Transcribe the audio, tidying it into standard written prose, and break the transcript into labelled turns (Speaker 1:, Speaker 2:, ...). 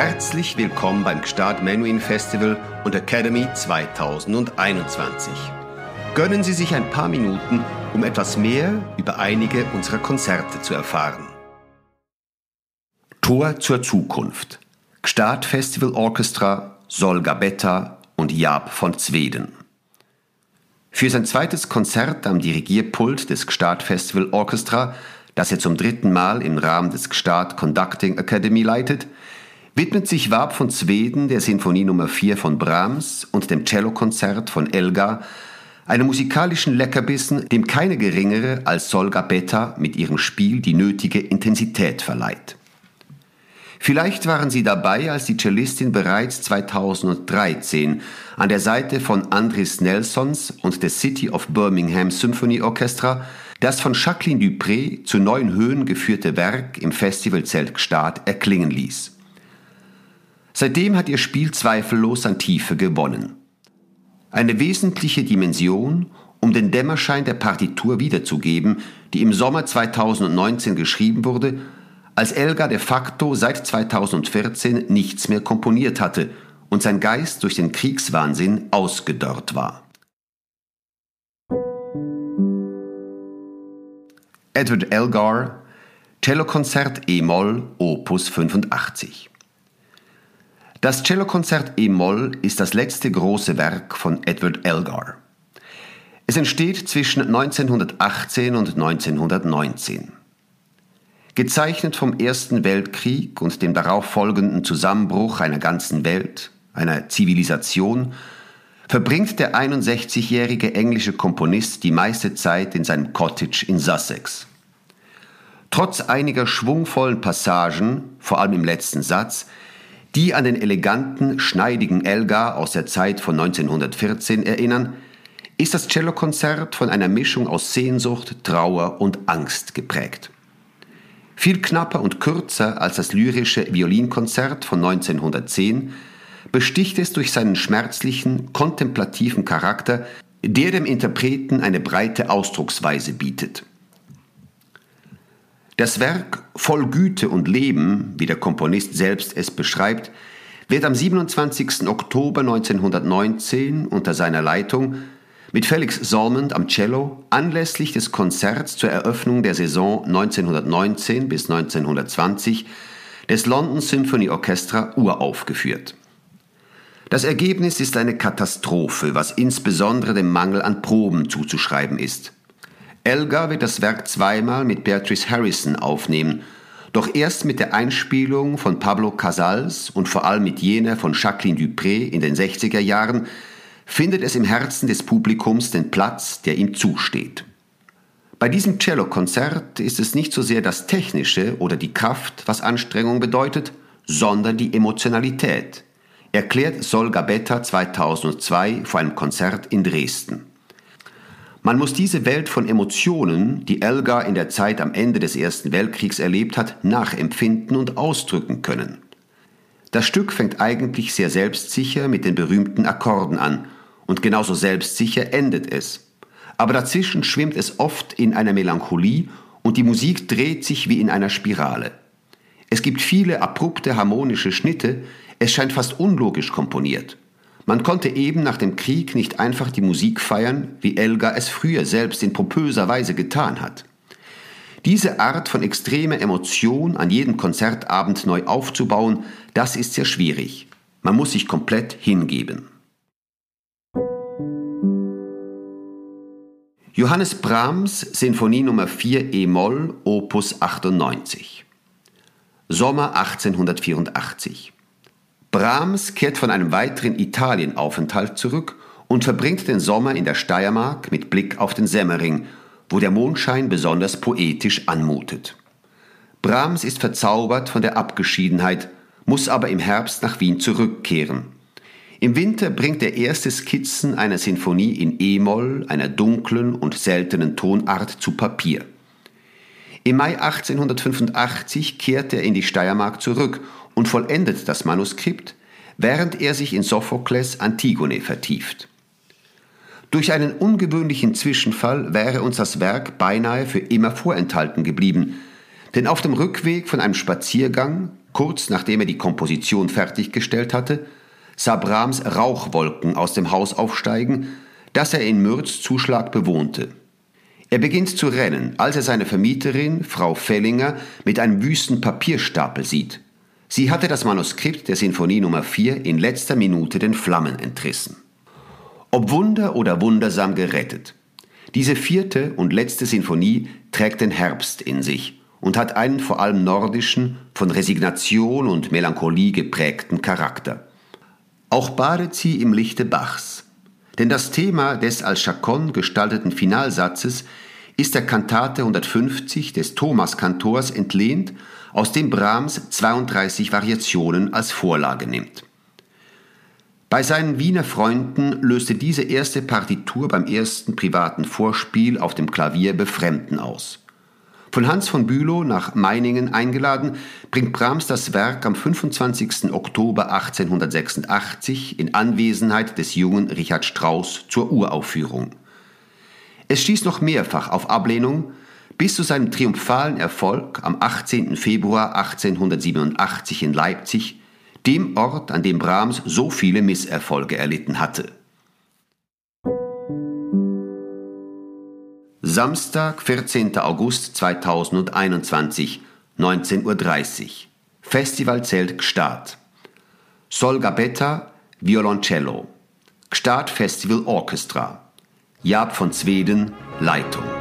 Speaker 1: Herzlich willkommen beim Gstaad Menuhin Festival und Academy 2021. Gönnen Sie sich ein paar Minuten, um etwas mehr über einige unserer Konzerte zu erfahren. Tor zur Zukunft. Gstaad Festival Orchestra, Sol Gabetta und Jaap von Zweden. Für sein zweites Konzert am Dirigierpult des Gstaad Festival Orchestra, das er zum 3. Mal im Rahmen des Gstaad Conducting Academy leitet, widmet sich Jaap von Zweden der Sinfonie Nummer 4 von Brahms und dem Cellokonzert von Elgar, einem musikalischen Leckerbissen, dem keine geringere als Sol Gabetta mit ihrem Spiel die nötige Intensität verleiht. Vielleicht waren Sie dabei, als die Cellistin bereits 2013 an der Seite von Andris Nelsons und des City of Birmingham Symphony Orchestra das von Jacqueline du Pré zu neuen Höhen geführte Werk im Festivalzelt Gstaad erklingen ließ. Seitdem hat ihr Spiel zweifellos an Tiefe gewonnen. Eine wesentliche Dimension, um den Dämmerschein der Partitur wiederzugeben, die im Sommer 2019 geschrieben wurde, als Elgar de facto seit 2014 nichts mehr komponiert hatte und sein Geist durch den Kriegswahnsinn ausgedörrt war. Edward Elgar, Cellokonzert E-Moll, Opus 85. Das Cellokonzert E-Moll ist das letzte große Werk von Edward Elgar. Es entsteht zwischen 1918 und 1919. Gezeichnet vom Ersten Weltkrieg und dem darauf folgenden Zusammenbruch einer ganzen Welt, einer Zivilisation, verbringt der 61-jährige englische Komponist die meiste Zeit in seinem Cottage in Sussex. Trotz einiger schwungvollen Passagen, vor allem im letzten Satz, die an den eleganten, schneidigen Elgar aus der Zeit von 1914 erinnern, ist das Cellokonzert von einer Mischung aus Sehnsucht, Trauer und Angst geprägt. Viel knapper und kürzer als das lyrische Violinkonzert von 1910 besticht es durch seinen schmerzlichen, kontemplativen Charakter, der dem Interpreten eine breite Ausdrucksweise bietet. Das Werk voll Güte und Leben, wie der Komponist selbst es beschreibt, wird am 27. Oktober 1919 unter seiner Leitung mit Felix Salmond am Cello anlässlich des Konzerts zur Eröffnung der Saison 1919 bis 1920 des London Symphony Orchestra uraufgeführt. Das Ergebnis ist eine Katastrophe, was insbesondere dem Mangel an Proben zuzuschreiben ist. Elgar wird das Werk zweimal mit Beatrice Harrison aufnehmen, doch erst mit der Einspielung von Pablo Casals und vor allem mit jener von Jacqueline du Pré in den 60er Jahren findet es im Herzen des Publikums den Platz, der ihm zusteht. Bei diesem Cellokonzert ist es nicht so sehr das Technische oder die Kraft, was Anstrengung bedeutet, sondern die Emotionalität, erklärt Sol Gabetta 2002 vor einem Konzert in Dresden. Man muss diese Welt von Emotionen, die Elgar in der Zeit am Ende des Ersten Weltkriegs erlebt hat, nachempfinden und ausdrücken können. Das Stück fängt eigentlich sehr selbstsicher mit den berühmten Akkorden an und genauso selbstsicher endet es. Aber dazwischen schwimmt es oft in einer Melancholie und die Musik dreht sich wie in einer Spirale. Es gibt viele abrupte harmonische Schnitte, es scheint fast unlogisch komponiert. Man konnte eben nach dem Krieg nicht einfach die Musik feiern, wie Elgar es früher selbst in pompöser Weise getan hat. Diese Art von extremer Emotion an jedem Konzertabend neu aufzubauen, das ist sehr schwierig. Man muss sich komplett hingeben. Johannes Brahms, Sinfonie Nummer 4 E-Moll, Opus 98. Sommer 1884. Brahms kehrt von einem weiteren Italienaufenthalt zurück und verbringt den Sommer in der Steiermark mit Blick auf den Semmering, wo der Mondschein besonders poetisch anmutet. Brahms ist verzaubert von der Abgeschiedenheit, muss aber im Herbst nach Wien zurückkehren. Im Winter bringt er erste Skizzen einer Sinfonie in E-Moll, einer dunklen und seltenen Tonart, zu Papier. Im Mai 1885 kehrt er in die Steiermark zurück und vollendet das Manuskript, während er sich in Sophokles Antigone vertieft. Durch einen ungewöhnlichen Zwischenfall wäre uns das Werk beinahe für immer vorenthalten geblieben, denn auf dem Rückweg von einem Spaziergang kurz nachdem er die Komposition fertiggestellt hatte, sah Brahms Rauchwolken aus dem Haus aufsteigen, das er in Mürz Zuschlag bewohnte. Er beginnt zu rennen, als er seine Vermieterin, Frau Fellinger, mit einem wüsten Papierstapel sieht. Sie hatte das Manuskript der Sinfonie Nummer 4 in letzter Minute den Flammen entrissen. Ob Wunder oder wundersam gerettet. Diese 4. und letzte Sinfonie trägt den Herbst in sich und hat einen vor allem nordischen, von Resignation und Melancholie geprägten Charakter. Auch badet sie im Lichte Bachs. Denn das Thema des als Chaconne gestalteten Finalsatzes ist der Kantate 150 des Thomaskantors entlehnt, aus dem Brahms 32 Variationen als Vorlage nimmt. Bei seinen Wiener Freunden löste diese erste Partitur beim ersten privaten Vorspiel auf dem Klavier Befremden aus. Von Hans von Bülow nach Meiningen eingeladen, bringt Brahms das Werk am 25. Oktober 1886 in Anwesenheit des jungen Richard Strauss zur Uraufführung. Es stieß noch mehrfach auf Ablehnung, bis zu seinem triumphalen Erfolg am 18. Februar 1887 in Leipzig, dem Ort, an dem Brahms so viele Misserfolge erlitten hatte. Samstag, 14. August 2021, 19:30 Uhr. Festivalzelt Gstaad. Sol Gabetta, Violoncello. Gstaad Festival Orchestra. Jaap von Zweden, Leitung.